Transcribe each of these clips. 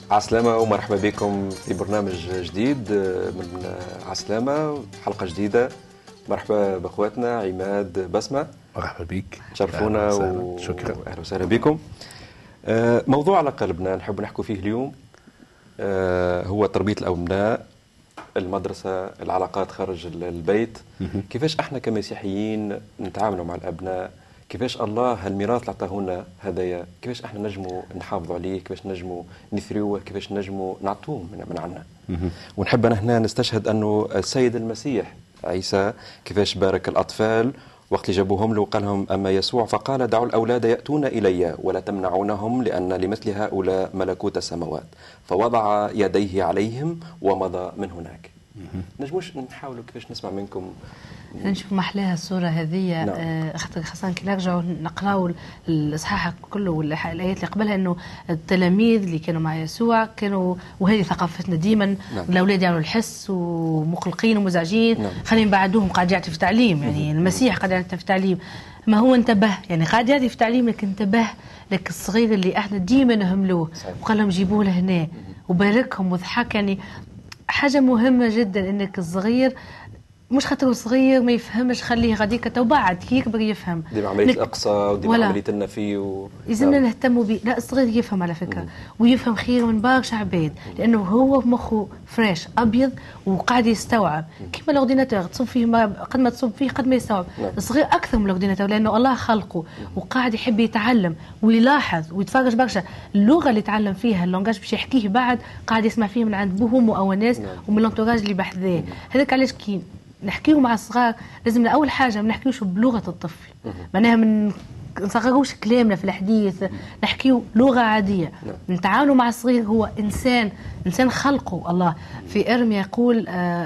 عسلامة ومرحبا بكم في برنامج جديد من عسلامة، حلقة جديدة. مرحبا بأخواتنا عماد بسمة، مرحبا بك، تشرفونا شكرا، أهلا وسهلا بكم. موضوع على قلبنا نحب نحكوا فيه اليوم هو تربية الأبناء، المدرسة، العلاقات خارج البيت. كيفاش احنا كمسيحيين نتعاملوا مع الأبناء، كيفاش الله هالميراث اللي عطاهونا هدايا كيفاش احنا نجموا نحافظوا عليه، كيفاش نجموا نثريوه، كيفاش نجموا نعطوه من عنا. ونحب أنا هنا نستشهد أنه السيد المسيح عيسى كيفاش بارك الأطفال وقت اللي جابوهم له وقال لهم أما يسوع فقال دعوا الأولاد يأتون إلي ولا تمنعونهم لأن لمثل هؤلاء ملكوت السماوات، فوضع يديه عليهم ومضى من هناك. نجموش نحاولوا كيفاش نسمع منكم نشوف محلاها الصورة هذه. نعم. خاصة كي نرجعوا نقراوا الإصحاح كله والآيات اللي قبلها إنه التلاميذ اللي كانوا مع يسوع كانوا، وهذه ثقافتنا ديما، نعم. الأولاد يعملوا الحس ومقلقين ومزعجين. نعم. خلينا بعدوهم قاعد يعطي في تعليم، يعني المسيح قاعد يعطي في تعليم، ما هو انتبه، يعني قاعد يعطي في تعليم لكن انتبه لك الصغير اللي احنا ديما نهملوه، وقال لهم جيبوه لهنا وباركهم وضحك. يعني حاجة مهمة جدا انك الصغير مش خاطر صغير ما يفهمش خليه غاديك وبعد كي يكبر يفهم. دي عملية الأقصى ودي عملية النفي يلزمنا نهتموا به. لا الصغير يفهم على فكرة ويفهم خير من برشا عباد، لأنه هو مخه فريش أبيض وقاعد يستوعب كيما الأورديناتور تصب فيه قد ما تصب فيه قد ما يستوعب. الصغير أكثر من الأورديناتور لأنه الله خلقه وقاعد يحب يتعلم ويلاحظ ويتفرج برشا. اللغة اللي يتعلم فيها اللونجاج باش يحكيه بعد قاعد يسمع فيه من عند بوهم أو الناس ومن الانتوراج اللي بحذاه. هذاك علاش كي نحكيه مع الصغار لازم أول حاجة ما نحكيوش بلغة الطفل، معناها من نصغروش كلامنا في الحديث، نحكيه لغة عادية. نتعاملوا مع الصغير هو إنسان خلقه الله. في إرميا يقول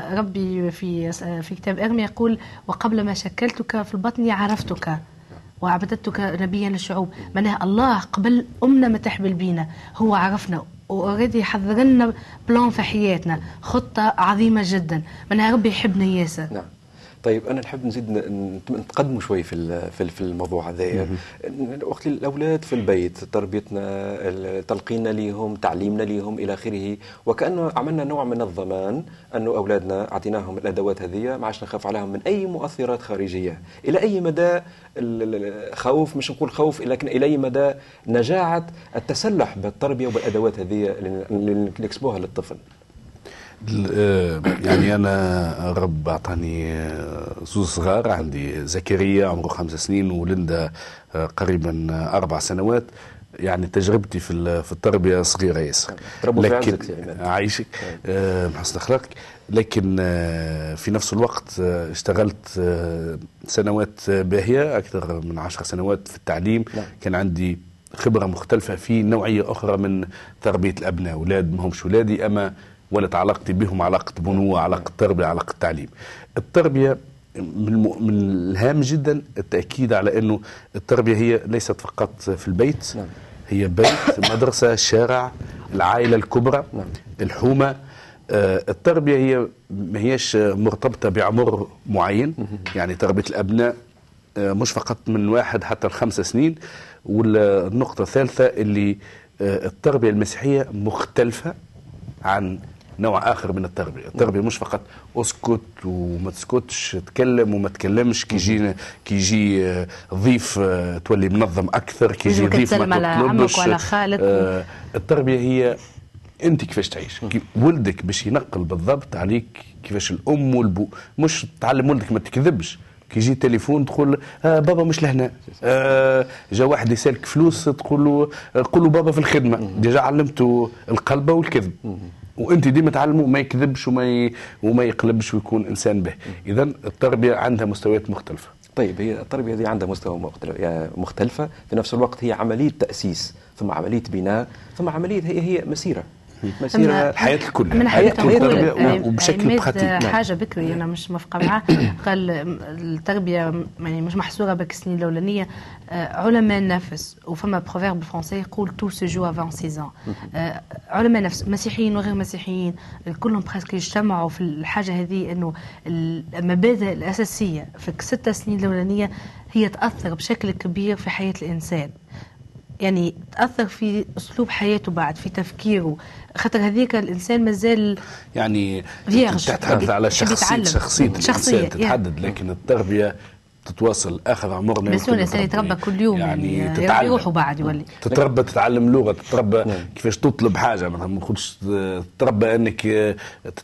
ربي في كتاب إرميا يقول وقبل ما شكلتك في البطن عرفتك وعبدتك نبيا للشعوب. معناها الله قبل أمنا ما تحبل بينا هو عرفنا وأريد يحضر لنا بلان في حياتنا، خطة عظيمة جدا. معناها ربي يحبنا ياسر. نعم. طيب أنا نحب نزيد نتقدموا شوي في الموضوع هذا. وقت الأولاد في البيت تربيتنا، تلقينا ليهم، تعليمنا ليهم إلى آخره، وكأنه عملنا نوع من الضمان أنه أولادنا أعطيناهم الأدوات هذه ما عادش نخاف عليهم من أي مؤثرات خارجية. إلى أي مدى الخوف، مش نقول خوف لكن إلى أي مدى نجاعة التسلح بالتربية وبالأدوات هذه اللي نكسبوها للطفل؟ يعني أنا رب أعطاني زوج صغار، عندي زكريا عمره 5 سنين وليندا قريبا 4 سنوات. يعني تجربتي في التربية صغيرة ياسر، لكن عايشك محسن أخلاقك. لكن في نفس الوقت اشتغلت سنوات باهية، أكثر من 10 سنوات في التعليم. كان عندي خبرة مختلفة في نوعية أخرى من تربية الأبناء. أولاد ما همش ولادي، أما ولت علاقتي بهم علاقة بنوة، علاقة تربية، علاقة تعليم. التربية من الهام جدا التأكيد على أنه التربية هي ليست فقط في البيت، هي بيت، مدرسة، شارع، العائلة الكبرى، الحومة. التربية هي ما هيش مرتبطة بعمر معين، يعني تربية الأبناء مش فقط من 1 حتى 5 سنين. والنقطة الثالثة اللي التربية المسيحية مختلفة عن نوع آخر من التربية. التربية مش فقط اسكت وما تسكتش، تكلم وما تكلمش، كي يجي ضيف تولي منظم أكثر، كي يجي ضيف ما تطلبش. التربية هي أنت كيفاش تعيش، ولدك باش ينقل بالضبط عليك كيفاش الأم والبو. مش تعلم ولدك ما تكذبش، كي يجي تليفون تقول بابا مش لهنا، جا واحد يسالك فلوس تقول له بابا في الخدمة. ديجا علمته القلبة والكذب، وانت ديما تعلمه ما يكذبش وما يقلبش ويكون انسان به. اذا التربيه عندها مستويات مختلفه. طيب هي التربيه هذه عندها مستوى مختلفه، في نفس الوقت هي عمليه تاسيس، ثم عمليه بناء، ثم عمليه هي مسيره الحياه الكل، من حياه التربيه وبشكل براتيك. حاجه بكري انا مش موافقه معاه، قال التربيه يعني مش محصوره بك السنين الاولانيه. علماء النفس وفما بروفيرب فرنسي يقول تو سو جو افون 6 ans. علماء النفس مسيحيين وغير مسيحيين كلهم بريسك يجتمعوا في الحاجه هذه، انه المبادئ الاساسيه في ال6 سنين الاولانيه هي تاثر بشكل كبير في حياه الانسان. يعني تأثر في أسلوب حياته بعد في تفكيره، خاطر هذيك الإنسان مازال يعني فيرج، تتحدث على شخصية الإنسان تتحدد، يعني. لكن التربية تتواصل اخر عمرنا. بس الانسان يتربى كل يوم، يعني تتعلم يروحوا بعد يولي تتربى، تتعلم لغه، تتربى كيفاش تطلب حاجه، مثلا ما تقولش تتربى انك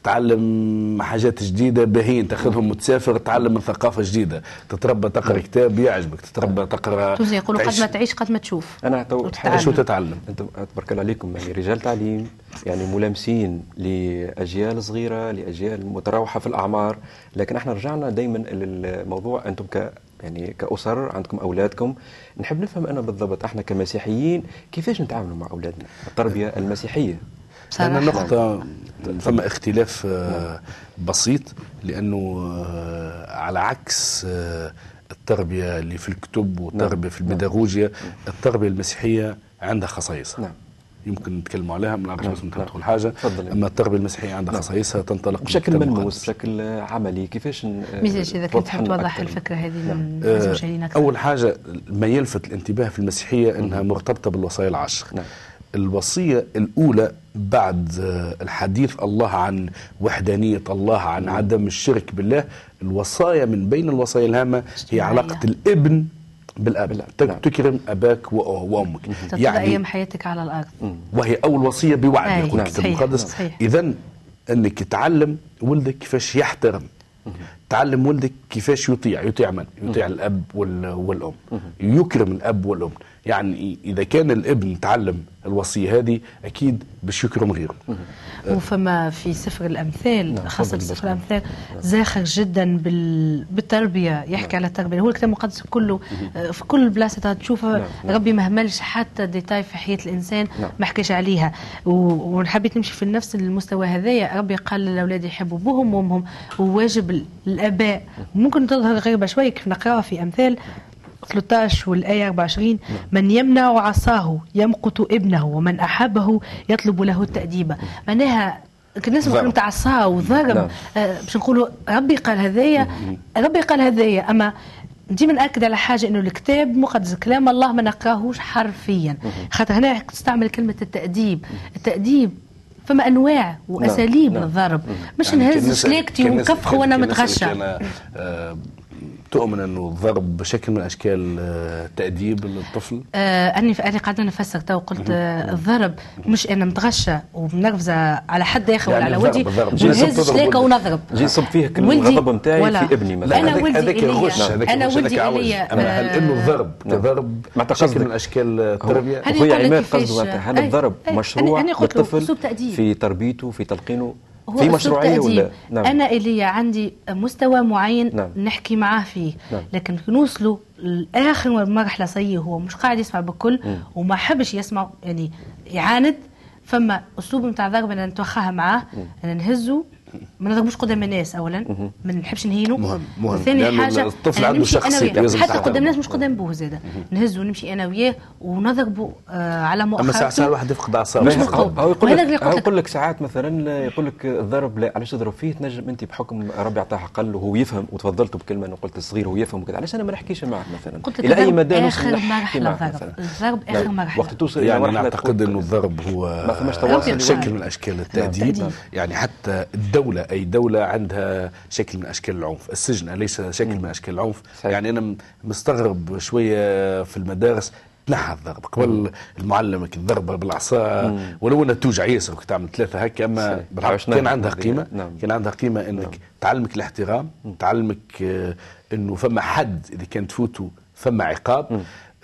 تتعلم حاجات جديده باهين تاخذهم وتسافر، تتعلم من ثقافه جديده، تتربى تقرا كتاب يعجبك، تتربى تقرا. توزي يقولوا قد ما تعيش قد ما تشوف. انا تعيش وتتعلم. انتم تبارك الله عليكم يعني رجال تعليم، يعني ملامسين لاجيال صغيره، لاجيال متراوحه في الاعمار، لكن احنا رجعنا دائما للموضوع. انتم يعني كأسر عندكم أولادكم، نحب نفهم أنا بالضبط احنا كمسيحيين كيفاش نتعامل مع أولادنا التربية المسيحية. أنا نقطة فما اختلاف بسيط، لأنه على عكس التربية اللي في الكتب والتربية في البيداغوجيا، التربية المسيحية عندها خصائص. نعم. يمكن نتكلموا عليها، ما نعرفش بس ندخل حاجه. اما التربيه المسيحيه عندها خصائصها تنطلق بشكل ملموس، بشكل عملي. كيفاش ميزاج اذا كنت توضح الفكره هذه لازم اول حاجه ما يلفت الانتباه في المسيحيه انها مرتبطه بالوصايا العشر. الوصيه الاولى بعد الحديث الله عن وحدانيه الله، عن عدم الشرك بالله، الوصايا من بين الوصايا الهامه هي علاقه الابن بالاب. تكرم اباك وامك، يعني ايام حياتك على الارض، وهي اول وصيه بوعد يقول الكتاب المقدس. اذا انك تعلم ولدك كيفاش يحترم، تعلم ولدك كيفاش يطيع من؟ يطيع الاب والام، يكرم الاب والام. يعني اذا كان الابن تعلم الوصيه هذه اكيد باش يكرم غيره. وفما في سفر الامثال، خاصه سفر الامثال زاخر جدا بالتربيه، يحكي على التربيه. هو الكتاب المقدس كله في كل بلاصه تشوفها ربي ما هملش حتى ديتاي في حياه الانسان ما حكاش عليها. ونحبيت نمشي في نفس المستوى هذايا. ربي قال للاولاد يحبوا ابوهم وامهم، وواجب الاباء ممكن تظهر غريبه شويه كيف نقراها في امثال 13 والآية 24: من يمنع عصاه يمقت ابنه ومن أحبه يطلب له التأديب. معناها الناس كلمة عصاه وضرب، باش نقولوا ربي قال هذايا، ربي قال هذايا. أما ديما نأكد على حاجة، إنه الكتاب مقدس كلام الله ما نقراهوش حرفيا، خاطر هنا تستعمل كلمة التأديب. التأديب فما انواع واساليب للضرب، مش يعني نهز شليكتي ونكفخ وانا متغشى. تؤمن انه الضرب بشكل من اشكال تأديب للطفل؟ اني قاعده نفسر تو قلت الضرب مش انا متغشى ومنرفزه على حد اخر ولا على ودي ونهز شليكه ونضرب، جي يصب فيه كل الغضب نتاعي في ابني مثلا. انا ولدي انا ولدي هل انه الضرب كضرب بشكل من اشكال التربيه؟ هي عماد قصده هل الضرب مشروع للطفل في تربيته في تلقينه؟ في مشروعية ولا؟ نعم. أنا إلي عندي مستوى معين نحكي معاه فيه، لكن نوصلوا لآخر مرحلة صحيح هو مش قاعد يسمع بكل وما حبش يسمع، يعني يعاند. فما أسلوب متاع ضرب أنا نتوخاها معاه، أنا نهزه، ما نضربوش قدام الناس اولا، ما نحبش نهينه. وثاني حاجه الطفل عنده شخصيه حتى قدام الناس مش قدام بوه زاده، نهزه ونمشي انا وياه ونضربه على مؤخرته. اما ساعات الواحد يفقد اعصابه، مش يقول لك ساعات مثلا يقول لك الضرب لا علاش تضرب فيه، تنجم انت بحكم ربي عطاه عقل وهو يفهم، وتفضلت بكلمه انه قلت الصغير هو يفهم وكذا، علاش انا ما نحكيش معه مثلا الى اي مدى اخر مرحله الضرب اخر مرحله وقت توصل يعني انا اعتقد انه الضرب هو شكل من اشكال التأديب. يعني حتى الدوله، اي دوله عندها شكل من اشكال العنف، السجن ليس شكل من اشكال العنف. يعني انا مستغرب شويه في المدارس تنحى الضرب قبل المعلمك الضرب بالعصا، ولو انها توجع ياسر كنت تعمل ثلاثه هكا، اما كان عندها قيمه. كان عندها قيمه انك تعلمك الاحترام، تعلمك انه فما حد اذا كان تفوتوا فما عقاب.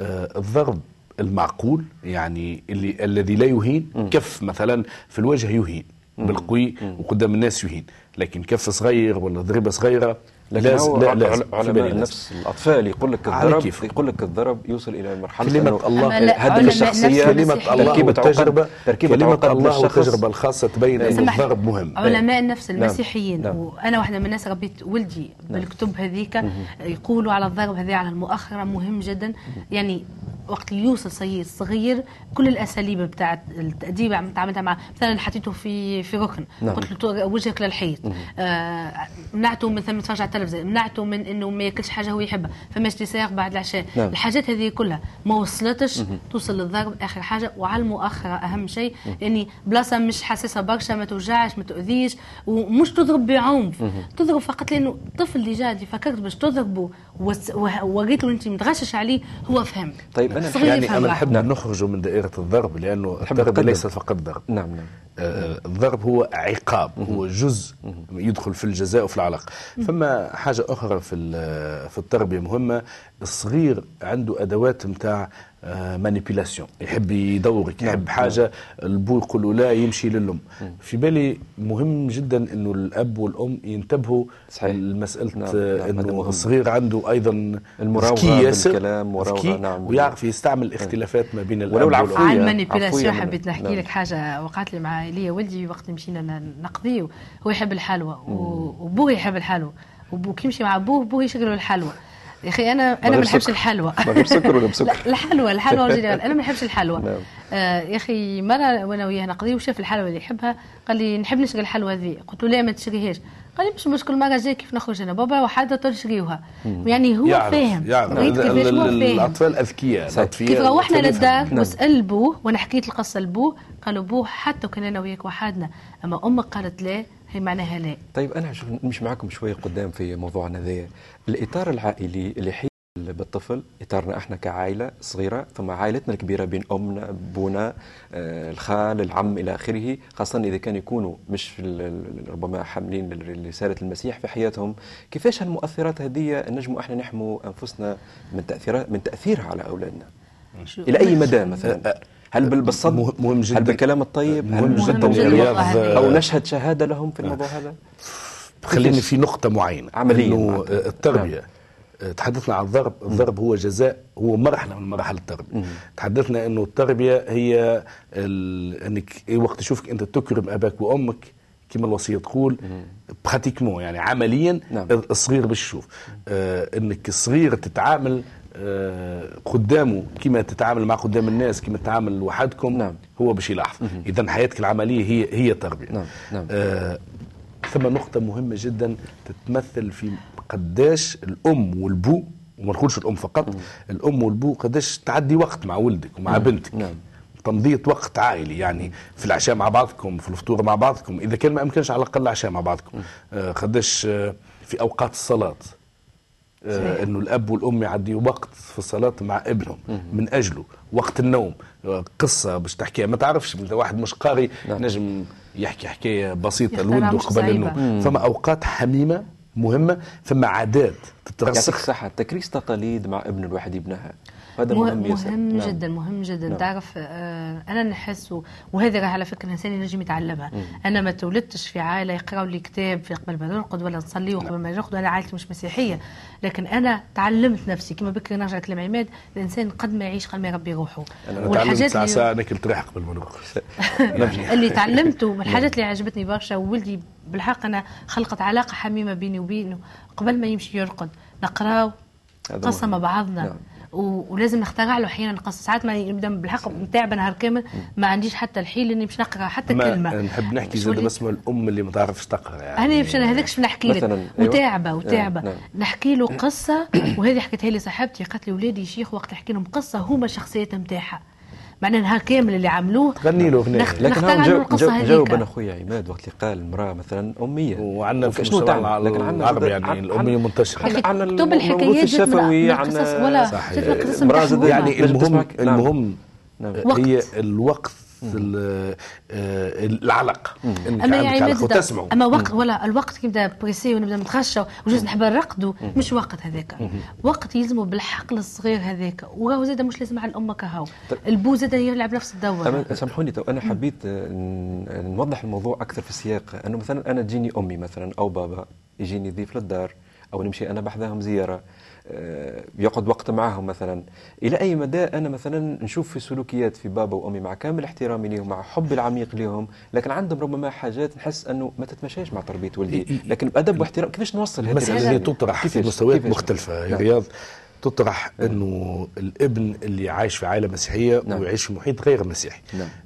الضرب المعقول يعني الذي لا يهين، كف مثلا في الوجه يهين بالقوي وقدام الناس يهين، لكن كف صغير ولا ضربه صغيره لازم. علماء النفس الاطفال يقول لك الضرب، يقول لك الضرب يوصل الى مرحله كلمه الله هدم الشخصيه، كلمه الله والتجربه، كلمه الله والتجربه الخاصه تبين ان الضرب مهم. علماء النفس المسيحيين وانا واحده من الناس ربيت ولدي بالكتب هذيك يقولوا على الضرب هذا على المؤخره مهم جدا. يعني وقت يوصل سيد صغير كل الاساليب بتاعت التاديب تعاملتها معه، مثلا حطيته في ركن قلت له وجهك للحيط، منعته مثلا ما تفرجش على التلفزه، منعته من انه ما ياكلش حاجه هو يحبها، فماش ديسير بعد العشاء. نعم. الحاجات هذه كلها ما وصلتش توصل للضرب اخر حاجه. وعلى المؤخره اهم شيء، لاني بلاصه مش حاسسها برشا، ما توجعش ما تؤذيش، ومش تضرب بعنف، تضرب فقط لانه الطفل اللي جا اللي فكرت باش تضربه ووريت له انت متغشش عليه هو فهم. طيب انا يعني انا نحب نخرج من دائره الضرب، لانه الضرب ليس فقط ضرب. نعم. الضرب هو عقاب، هو جزء يدخل في الجزاء وفي العلاقه. فما حاجه اخرى في التربيه مهمه، الصغير عنده ادوات نتاع مانيبيلاسيون، يحب يدورك، يحب حاجه البو يقول له لا يمشي للام. في بالي مهم جدا انه الاب والام ينتبهوا لمساله انه الصغير عنده ايضا المراوغه بالكلام، مراوغه نعم، ويعرف يستعمل الاختلافات ما بين الاب والام. على المانيبيلاسيون حبيت نحكي لك حاجه وقعت لي مع ليا ولدي وقت مشينا نقضيه، هو يحب الحلوى وبوه يحب الحلوى، وبوه كيمشي مع بوه يشغله الحلوى. يا اخي انا ما نحبش الحلوى. ما غير سكر ولا بسكر؟ الحلوى انا ما نحبش الحلوى. نعم. يا اخي مره وانا وياه نقضي وشاف الحلوى اللي يحبها، قال لي نحب نشري الحلوى هذه. قلت له لا ما تشريهاش. قال لي مش مشكل، مره جاي كيف نخرج انا بابا وحده تشريوها. يعني هو فاهم الاطفال اذكياء. كيف روحنا للدار وسال بوه وانا حكيت القصه لبوه، قالوا بوه حتى كنا انا وياك وحدنا، اما امك قالت لا هي معناها لا. طيب انا نمشي معكم شويه قدام في موضوعنا ذا. الاطار العائلي اللي يحيط بالطفل، اطارنا احنا كعائله صغيره، ثم عائلتنا الكبيره بين امنا ابونا الخال العم الى اخره، خاصه اذا كانوا يكونوا مش ربما حاملين رساله المسيح في حياتهم. كيفاش هالمؤثرات هذه نجموا احنا نحموا انفسنا من تاثيرها على اولادنا؟ الى اي مدى مثلا؟ هل بالصدق؟ مهم جدا. هل بالكلام الطيب؟ مهم جدا. او نشهد شهاده لهم في الموضوع هذا؟ خليني في نقطه معينه عمليا، انه التربيه. تحدثنا عن الضرب. الضرب هو جزاء، هو مرحله من مراحل التربيه. تحدثنا انه التربيه هي انك وقت تشوفك انت تكرم اباك وامك كما الوصيه تقول براتيكمون، يعني عمليا. الصغير باش يشوف انك الصغير تتعامل قدامه كما تتعامل مع قدام الناس، كما تتعامل وحدكم. هو باش يلاحظ. اذا حياتك العمليه هي تربيه. ثم نقطه مهمه جدا تتمثل في قداش الام والبو، وما نقولش الام فقط، الام والبو قداش تعدي وقت مع ولدك ومع بنتك. تمضية وقت عائلي، يعني في العشاء مع بعضكم، في الفطور مع بعضكم، اذا كان ما امكنش على الاقل العشاء مع بعضكم. قداش في اوقات الصلاه انه الاب والام يعديوا وقت في الصلاه مع ابنهم من اجله. وقت النوم قصه باش تحكيها، ما تعرفش انت واحد مش قاري نجم يحكي حكايه بسيطه لولده قبل النوم. فما اوقات حميمه مهمه، ثم عادات تترسخ. يعطيك الصحه، تكريس تقاليد مع ابن الواحد يبناها، هذا مهم جدا. مهم جدا. تعرف انا نحس، وهذا راه على فكره الانسان ينجم يتعلمها. انا ما تولدتش في عائله يقراوا لي كتاب في قبل ما نرقد ولا نصلي وقبل ما نرقد، وانا عائلتي مش مسيحيه، لكن انا تعلمت نفسي كما بكري نرجع كلام عماد، الانسان قد ما يعيش قد ما يربي روحه. والحاجات اللي ساعه ناكل تريح قبل ما نرقد اللي تعلمته من الحاجات اللي عجبتني برشا، وولدي بالحق انا خلقت علاقه حميمه بيني وبينه قبل ما يمشي يرقد، نقراو قصه مع بعضنا. ولازم نخترع له احيانا قصه، ساعات ما نبدا بالحق نتاعب نهار كامل ما عنديش حتى الحيل اني باش نقرا حتى كلمه. نحب نحكي زاد اسمه الام اللي ما تعرفش تقرا، يعني انا باش هذاكش نحكي لك وتاعبه نحكي له قصه. وهذه حكيتها لي صاحبتي، قالت لي ولادي شيخ وقت نحكي لهم قصه هما شخصيتهم نتاعها، معناها نهار كامل اللي عملوه غني له اغنيه. لكن جاوب انا خويا عماد وقت اللي قال المراه مثلا اميه، وعندنا في المجتمع العربي يعني الاميه منتشره. عندنا كتب الحكايات الشفوي، عندنا ولا يعني المهم هي الوقت العلق اما يعني وتسمعوا. اما وقت ولا الوقت كي نبدا بريسي ونبدا نتغشى وجوز نحب نرقدوا، مش وقت هذاك. وقت يلزموا بالحقل الصغير هذاك، وراهو زاد مش لازم على الام كهو، البو زاد يلعب نفس الدور. سامحوني انا حبيت نوضح الموضوع اكثر في السياق، انه مثلا انا تجيني امي مثلا او بابا يجيني ضيف للدار، او نمشي انا بحذاهم زياره، يقعد وقت معهم مثلا. إلى أي مدى أنا مثلا نشوف في سلوكيات في بابا وأمي مع كامل احترامي لهم، مع حب العميق لهم، لكن عندهم ربما حاجات نحس أنه ما تتمشاش مع تربية ولدي، لكن بأدب واحترام. كيفاش نوصل هذه المسألة؟ تطرح في مستويات مختلفة يا رياض. تطرح أنه الابن اللي عايش في عائلة مسيحية ويعيش في محيط غير مسيحي،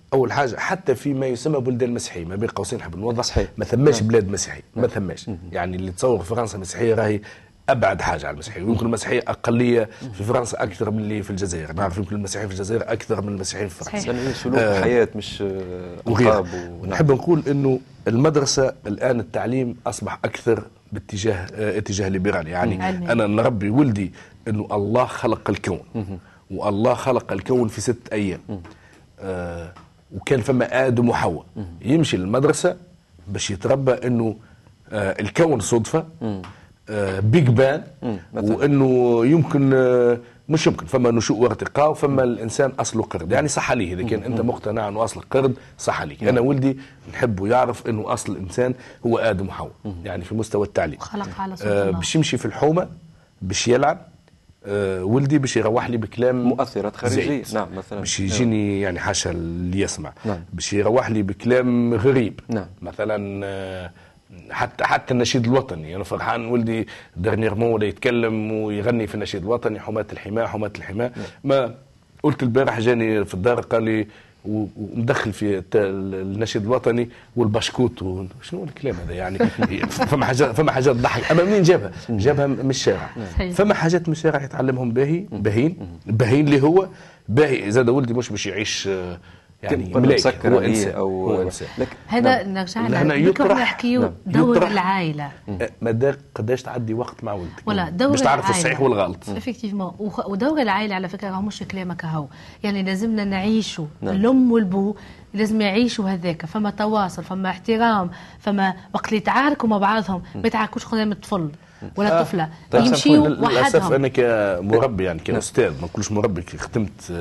اول حاجه حتى فيما يسمى بلدان مسيحيه، ما بين قوسين نحب نوضح، صحيح. ما ثماش بلاد مسيحيه، ما ثماش. يعني اللي تصور فرنسا مسيحيه راهي ابعد حاجه على المسيحيه، ويمكن المسيحيه اقليه في فرنسا اكثر من اللي في الجزائر، نعرف يمكن المسيحيين في الجزائر اكثر من المسيحيين في فرنسا. يعني سلوك حياه مش وغير. نحب نقول انه المدرسه الان التعليم اصبح اكثر باتجاه اتجاه ليبرالي، يعني انا نربي ولدي انه الله خلق الكون، والله خلق الكون في 6 أيام، وكان فما آدم وحواء، يمشي للمدرسة باش يتربى انه الكون صدفة، بيج بان، وانه يمكن مش يمكن فما نشوء وارتقاء، وفما الانسان اصله قرد، يعني صح عليه اذا كان انت مقتنع انه اصل قرد صح عليك. انا ولدي نحبه يعرف انه اصل الانسان هو ادم وحواء، يعني في مستوى التعليم خلق على صوت الله. باش يمشي في الحومه باش يلعب، ولدي باش يروح لي بكلام مؤثرات خارجيه، نعم مثلا باش يجيني يعني حاشا اللي يسمع، باش يروح لي بكلام غريب، مثلا حتى النشيد الوطني، انا فرحان ولدي دارنيغمون ولا يتكلم ويغني في النشيد الوطني، حماة الحماة حماة الحماة. ما قلت البارح جاني في الدار قال لي ومدخل في النشيد الوطني والبشكوت شنو الكلام هذا يعني. فما حاجات تضحك، اما منين جابها من الشارع. فما حاجات من الشارع يتعلمهم باهين اللي هو باهي. زاد ولدي مش باش يعيش يعني ملاك، هو انسان او إنسان. هذا نرجع نحكيو دور العائله، مدى قداش تعدي وقت مع ولدك ولا دور باش تعرف الصحيح والغلط. افكتيفمون. ودور العائله على فكره راهو مش كلامك هو، يعني لازمنا نعيشوا الام والبو لازم يعيشوا هذاك، فما تواصل، فما احترام، فما وقت اللي يتعاركوا مع بعضهم ما يتعاركوش قدام الطفل ولا طفله، يمشيوا وحدهم. للاسف انا كمربي يعني كاستاذ ما نقولش مربي، خدمت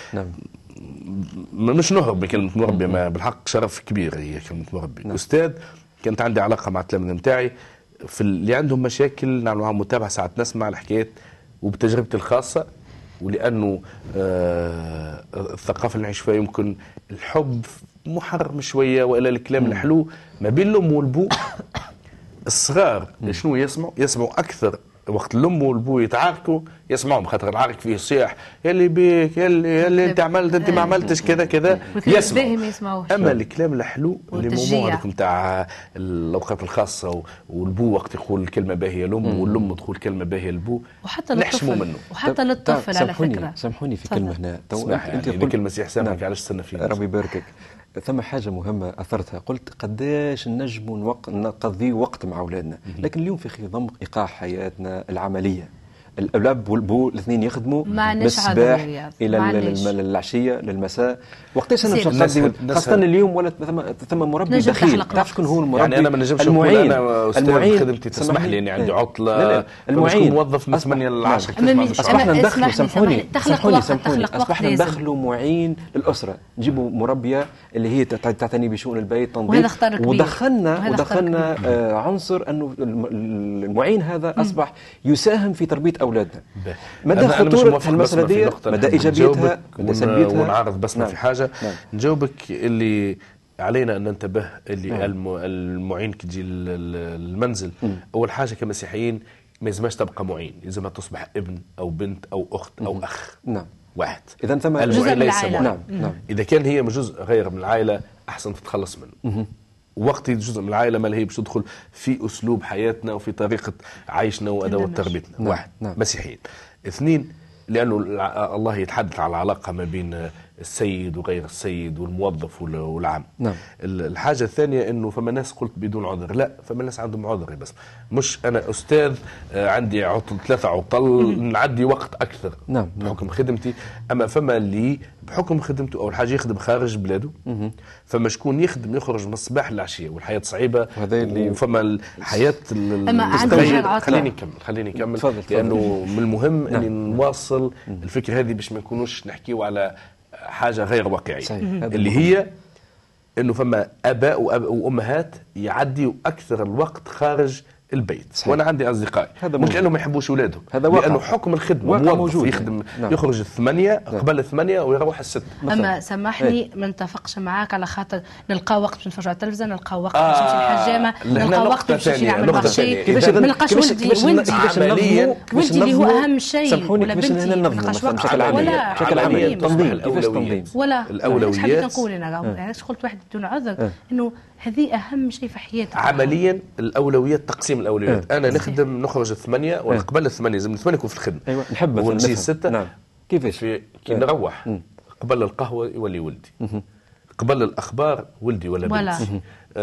مش نهرب بكلمة مربي، ما بالحق شرف كبير هي كلمة مربي. أستاذ كانت عندي علاقة مع التلاميذ نتاعي في اللي عندهم مشاكل، نعمل معهم متابعة، ساعات نسمع الحكايات وبتجربتي الخاصة، ولأنه الثقافة اللي نعيش فيها يمكن الحب محرم شوية، وإلا الكلام الحلو ما بين الأم والبو. الصغار شنو يسمعوا أكثر وقت الام والبو يتعاركوا، يسمعهم، خاطر العارك فيه صياح يلي بيك يلي انت عملت انت ما عملتش كذا كذا، يسمعوا. اما الكلام الحلو اللي موضوع هذاك نتاع الاوقات الخاصه والبو وقت يقول الكلمه باهيه الام والام تقول كلمه باهيه البو، وحتى للطفل منه. وحتى للطفل على فكره. سامحوني في كلمه هنا، انت قلت كلمه سي حسام علاش استنى فيها، ربي يباركك. ثم حاجة مهمة أثرتها، قلت قداش نجم نقضي وقت مع أولادنا، لكن اليوم في خضم إيقاع حياتنا العملية، الأب والبو الاثنين يخدموا من الصباح إلى العشية للمساء. وقتاش أنا باش نقضي، خاصة اليوم ولا ثم مربي دخيل، تعرف شكون هو المربي؟ يعني أنا ما نجمش نقول أنا أستاذ خدمتي تسمح لي إني عندي عطلة، المعين موظف من 8 ل 10 أصبحنا ندخلوا، سامحوني أصبحنا ندخلوا معين للأسرة، نجيبوا مربية اللي هي تعتني بشؤون البيت تنظيف، ودخلنا عنصر أنه المعين هذا أصبح يساهم في تربية أولادنا. مدى خطورة المسألة دي، مدى إيجابيتها، مدى سلبيتها. ونعرض بس في حاجة نجاوبك اللي علينا أن ننتبه، اللي المعين كي المنزل. أول حاجة كمسيحيين ما يلزمش تبقى معين، يلزمها تصبح ابن أو بنت أو أخت أو أخ واحد. إذا ثم المعين ليس معين. إذا كان هي جزء غير من العائلة أحسن تتخلص منه. وقت جزء من العائله ما هي باش تدخل في اسلوب حياتنا وفي طريقه عيشنا وادوات تربيتنا. واحد مسيحيين. اثنين لانه الله يتحدث على العلاقه ما بين السيد وغير السيد والموظف والعام. الحاجه الثانيه انه فما ناس قلت بدون عذر، لا فما ناس عندهم عذر، بس مش انا استاذ عندي عطل 3 عطل نعدي وقت اكثر بحكم خدمتي. اما فما اللي بحكم خدمته اول حاجه يخدم خارج بلاده، فما شكون يخدم يخرج من الصباح للعشيه والحياه صعيبه، وفما الحياه خليني نكمل لانه من المهم اني نواصل الفكره هذه باش ما نكونوش نحكيو على حاجة غير واقعية، اللي هي انه فما اباء وامهات يعديوا اكثر الوقت خارج البيت. صحيح. وانا عندي اصدقائي مش لانهم ما يحبوش اولادهم، هذا لانه حكم الخدمه موظف يخدم يخرج 8 قبل 8 ويروح 6. اما سامحني ما نتفقش معاك على خاطر نلقى وقت باش نتفرجوا على التلفزيون، نلقى وقت باش نمشي الحجامه، نلقى وقت باش نمشي نعمل مارشي، ما نلقاش ولدي اللي هو اهم شيء ولا بنتي ما نلقاش وقت ولا بشكل عملي تنظيم ولا الاولويات. نقول انا علاش قلت واحد بدون عذر انه هذه اهم شيء في حياتك عمليا. الاولويات تقسيم الاولويات. انا نخرج 8 وقبل 8 لازم 8 نكون في الخدمه. ايوه نحب ونجي 6. نعم كيفاش كي نروح قبل القهوه يولي ولدي، قبل الاخبار ولدي ولا بنتي.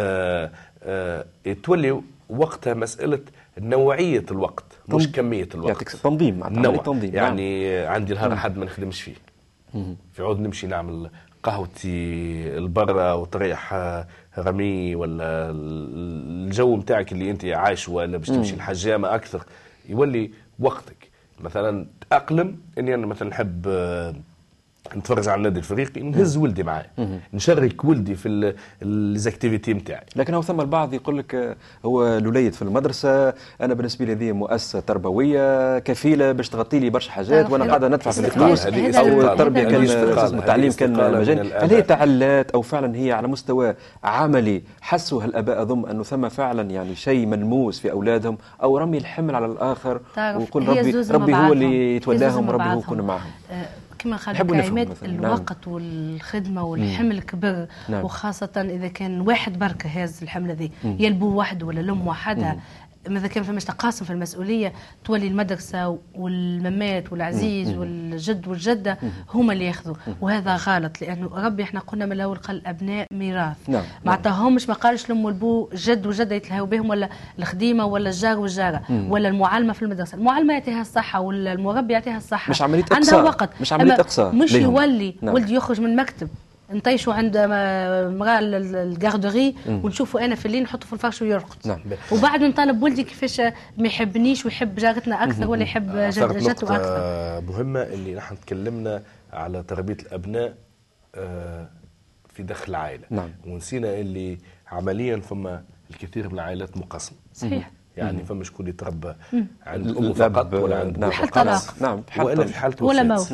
تولي وقتها مساله نوعيه الوقت مش كميه الوقت. تنظيم تنظيم. يعني عندي نهار احد ما نخدمش فيه، في عود نمشي نعمل قهوتي البرة وتريح رمي، ولا الجو متاعك اللي انت عايش، ولا باش تمشي الحجامة اكثر. يولي وقتك مثلا تأقلم اني انا مثلا نحب نتفرج على النادي الفريقي، نهز ولدي معايا، نشارك ولدي في الزاكتيفيتي نتاعي. لكن هو ثم البعض يقول لك هو الوليد في المدرسه، انا بالنسبه لي هذه مؤسسه تربويه كفيله باش تغطي لي برشا حاجات وانا قاعده ندفع في الفلوس، او التربيه كان التعليم كان مجاني. هل هي تعلات او فعلا هي على مستوى عملي حسوا هالاباء اظن انه ثم فعلا يعني شيء ملموس في اولادهم، او رمي الحمل على الاخر ويقول ربي هو اللي يتولاهم، ربي هو يكون معهم. كما قال كلمات الوقت والخدمة والحمل كبر. وخاصة إذا كان واحد بركة هاز الحمل ذي، يلبو وحده ولا الأم وحدها، ماذا كان فماش تقاسم في المسؤولية، تولي المدرسة والممات والعزيز والجد والجدة هما اللي ياخذوا، وهذا غلط. لأنه ربي احنا قلنا من الأول قال الأبناء ميراث، ما عطاهمش، ما قالش الأم والبو جد وجدة يتلهوا بهم، ولا الخديمة ولا الجار والجارة ولا المعلمة في المدرسة. المعلمة يعطيها الصحة ولا المربي يعطيها الصحة، مش عملية عندها وقت، مش عملية إقصاء، مش يولي ولدي يخرج من المكتب نطيشوا عند مرأة الجاردري ونشوفوا انا في الليل نحطه في الفرش ويرقد. وبعد نطالب ولدي كيفاش ما يحبنيش ويحب جارتنا اكثر ولا يحب جدته اكثر. مهمه اللي نحن تكلمنا على تربيه الابناء في داخل العائله. ونسينا اللي عمليا فما الكثير من العائلات مقسمه. صحيح. يعني فما شكون يتربى عند الام فقط ولا عند ابوه فقط، والا في حاله ولا موت.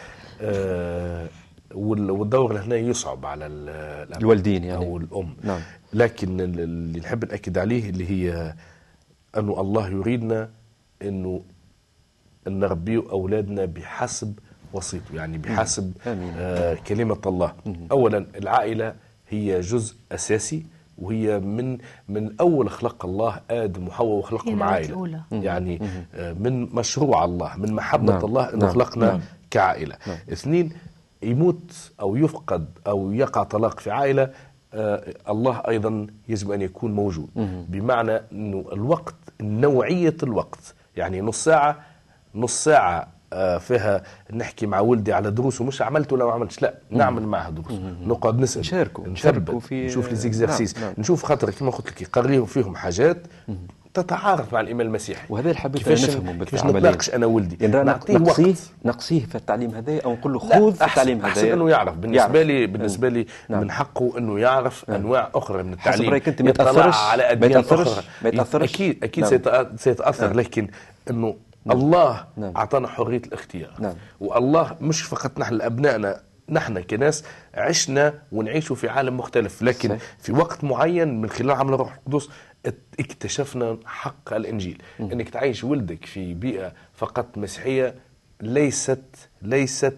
والدور هنا يصعب على الوالدين يعني او الام. لكن اللي نحب ناكد عليه اللي هي انه الله يريدنا انه نربي اولادنا بحسب وصيته، يعني بحسب كلمه الله. اولا العائله هي جزء اساسي، وهي من اول خلق الله ادم وحواء وخلقهم عائله. يعني من مشروع الله، من محبه الله انه خلقنا كعائله. اثنين، يموت أو يفقد أو يقع طلاق في عائلة، الله أيضا يجب أن يكون موجود. بمعنى أنه الوقت، نوعية الوقت، يعني نص ساعة فيها نحكي مع ولدي على دروس، ومش عملت ولا ما عملتش، لا نعمل معها دروس، نقعد نسأل، نشاركوا في نشوف لي زيكزارسيس، نشوف خاطر كما قلت لك يقريهم فيهم حاجات تتعارض مع الإيمان المسيحي. وهذا اللي حبيت نفهمه كيفاش نتناقش أنا ولدي، يعني نقصيه في التعليم هذا، أو نقول له خذ في التعليم هذا. أحسن إنه يعرف. بالنسبة لي من حقه إنه يعرف أنواع أخرى من التعليم. حسب رأيك أنت ما يتأثرش على أديان أخرى. أكيد سيتأثر. لكن إنه الله أعطانا حرية الاختيار. والله مش فقط نحن لأبنائنا، نحن كناس عشنا ونعيشوا في عالم مختلف، لكن في وقت معين من خلال عمل الروح القدس اكتشفنا حق الإنجيل. انك تعيش ولدك في بيئة فقط مسيحية ليست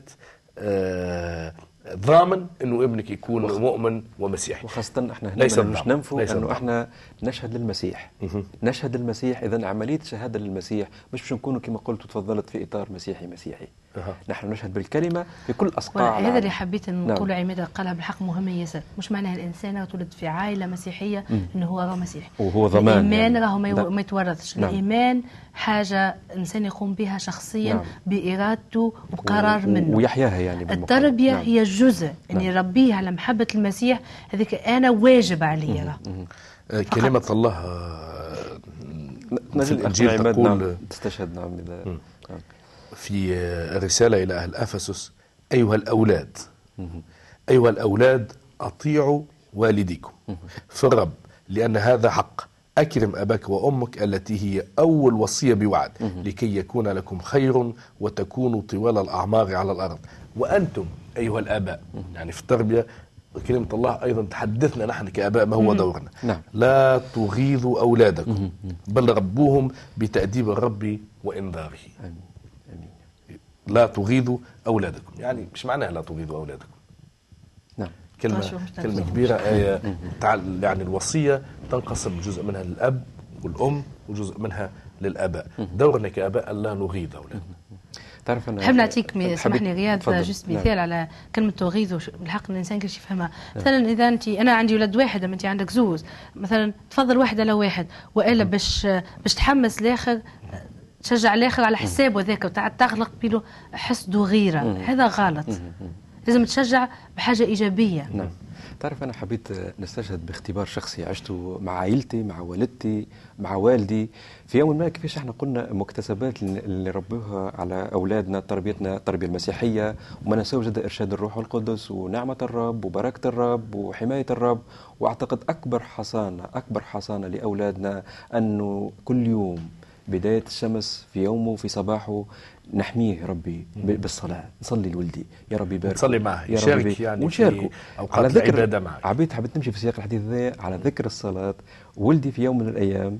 ضامن انه ابنك يكون مؤمن ومسيحي. وخاصة احنا هنا مش ننفوا انه احنا نشهد للمسيح. نشهد للمسيح، اذا عملية شهادة للمسيح مش باش نكونوا كما قلت وتفضلت في اطار مسيحي. نحن نشهد بالكلمة في كل أصقاع. هذا اللي حبيت أن نقول. عماد قالها بالحق مهمة ياسر. مش معناها الإنسان يتولد في عائلة مسيحية إنه هو راه مسيحي، وهو ضمان. الإيمان راهو ما يتورثش. الإيمان حاجة إنسان يقوم بها شخصيا بإرادته وقرار منه ويحياها. يعني التربية هي جزء أن يربيه على محبة المسيح، هذيك أنا واجب علي. كلمة الله في الإنجيل تقول تستشهد إذا في الرسالة إلى أهل أفسس: أيها الأولاد أطيعوا والديكم في الرب، لأن هذا حق. أكرم أباك وأمك التي هي أول وصية بوعد لكي يكون لكم خير وتكونوا طوال الأعمار على الأرض. وأنتم أيها الآباء، يعني في التربية كلمة الله أيضا تحدثنا نحن كآباء ما هو دورنا. نعم. لا تغيظوا أولادكم بل ربوهم بتأديب الرب وإنذاره. آمين. آمين. لا تغيظوا أولادكم، يعني مش معناها لا تغيظوا أولادكم. نعم. كلمة كبيرة. آية يعني الوصية تنقسم جزء منها للأب والأم وجزء منها للآباء. دورنا كآباء ألا نغيظ أولادنا. تعرف أنا نحب نعطيك اسمحني غياد جست مثال نعم. على كلمة تغيظ بالحق الإنسان كيفاش يفهمها. مثلا إذا أنا عندي ولد واحد أما أنت عندك زوز، مثلا تفضل واحد على واحد، وإلا باش تحمس الآخر تشجع الآخر على حسابه ذاك وتخلق بينه حسد وغيرة. هذا غلط. لازم تشجع بحاجة إيجابية. نعم. تعرف أنا حبيت نستشهد باختبار شخصي عشته مع عائلتي، مع والدتي، مع والدي. في يوم ما كيفاش احنا قلنا مكتسبات اللي ربوها على أولادنا، تربيتنا التربية المسيحية، وما نساو جدا إرشاد الروح القدس ونعمة الرب وبركة الرب وحماية الرب. وأعتقد أكبر حصانة لأولادنا أنه كل يوم بداية الشمس في يومه في صباحه نحميه ربي بالصلاة، نصلي لولدي يا ربي بارك، نصلي معه، يا ربي يعني ونشاركه على ذكر العبادة معه. حبيت نمشي في سياق الحديث ذا على ذكر الصلاة. ولدي في يوم من الأيام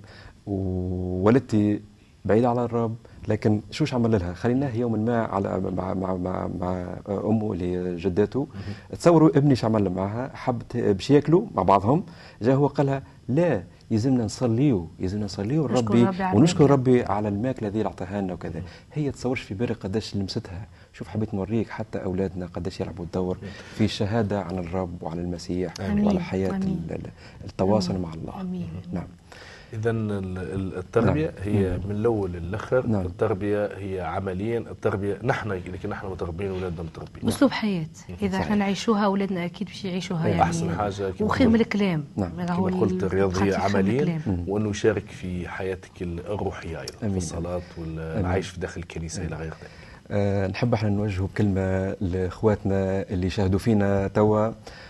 وولدتي بعيدة على الرب، لكن شوش عمل لها خليناه يوما ما على مع امه اللي جدته. تصوروا ابني شو عمل معها، حب باش ياكلوا مع بعضهم، جاء هو قالها لا يلزمنا نصليوا ربي ونشكر ربي على الماكله ذي اللي اعطاها لنا وكذا. هي تصورش في بالي قداش لمستها. شوف حبيت نوريك حتى اولادنا قداش يلعبوا الدور في الشهاده عن الرب وعن المسيح وعلى حياه التواصل مع الله. أمين. نعم. إذا التربية هي من الأول للآخر. نعم. التربية هي عمليا التربية نحن متربين أولادنا متربين. أسلوب حياة إذا احنا نعيشوها أولادنا أكيد باش يعيشوها يعني. أحسن حاجة وخير من الكلام. نعم. كما قلت الرياضية عمليا، وأنه يشارك في حياتك الروحية أيضا في الصلاة والعيش في داخل الكنيسة إلى غير ذلك. نحب احنا نوجه كلمة لإخواتنا اللي شاهدوا فينا توا.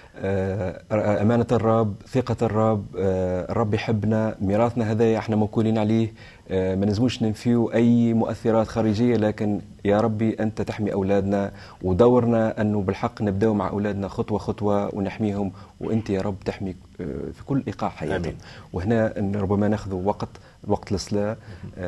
أمانة الرب، ثقة الرب، الرب يحبنا، ميراثنا هذا احنا موكولين عليه. ما نزموش ننفيو أي مؤثرات خارجية، لكن يا ربي أنت تحمي أولادنا، ودورنا أنه بالحق نبدأ مع أولادنا خطوة خطوة ونحميهم، وأنت يا رب تحمي في كل إيقاع حياتهم. وهنا ربما ناخذ وقت الصلاة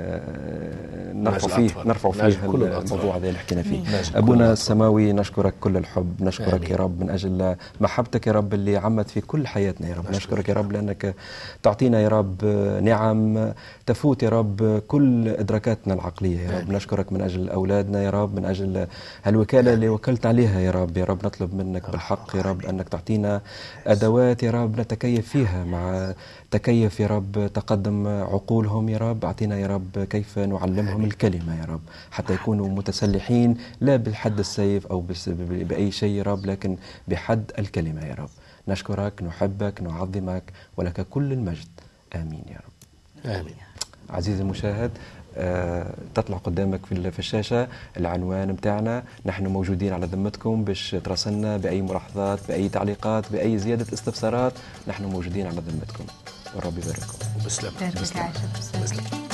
نرفع فيه الموضوع هذا اللي حكينا فيه. أبونا السماوي نشكرك كل الحب، نشكرك يا رب من أجل محبتك يا رب اللي عمت في كل حياتنا يا رب. نشكرك يا رب لأنك تعطينا يا رب نعم تفوت يا رب كل إدراكاتنا العقلية يا رب. نشكرك من أجل أولادنا يا رب، من أجل هالوكالة اللي وكلت عليها يا رب. يا رب نطلب منك بالحق يا رب أنك تعطينا أدوات يا رب نتكيف فيها مع تكيف يا رب تقدم عقولهم يا رب. أعطينا يا رب كيف نعلمهم الكلمة يا رب حتى يكونوا متسلحين لا بحد السيف أو بأي شيء يا رب، لكن بحد الكلمة يا رب. نشكرك، نحبك، نعظمك، ولك كل المجد. آمين يا رب. آمين. عزيزي المشاهد، تطلع قدامك في الشاشة العنوان متاعنا. نحن موجودين على ذمتكم باش تراسلنا بأي ملاحظات، بأي تعليقات، بأي زيادة استفسارات. نحن موجودين على ذمتكم، والرب يبارككم. وبسلام.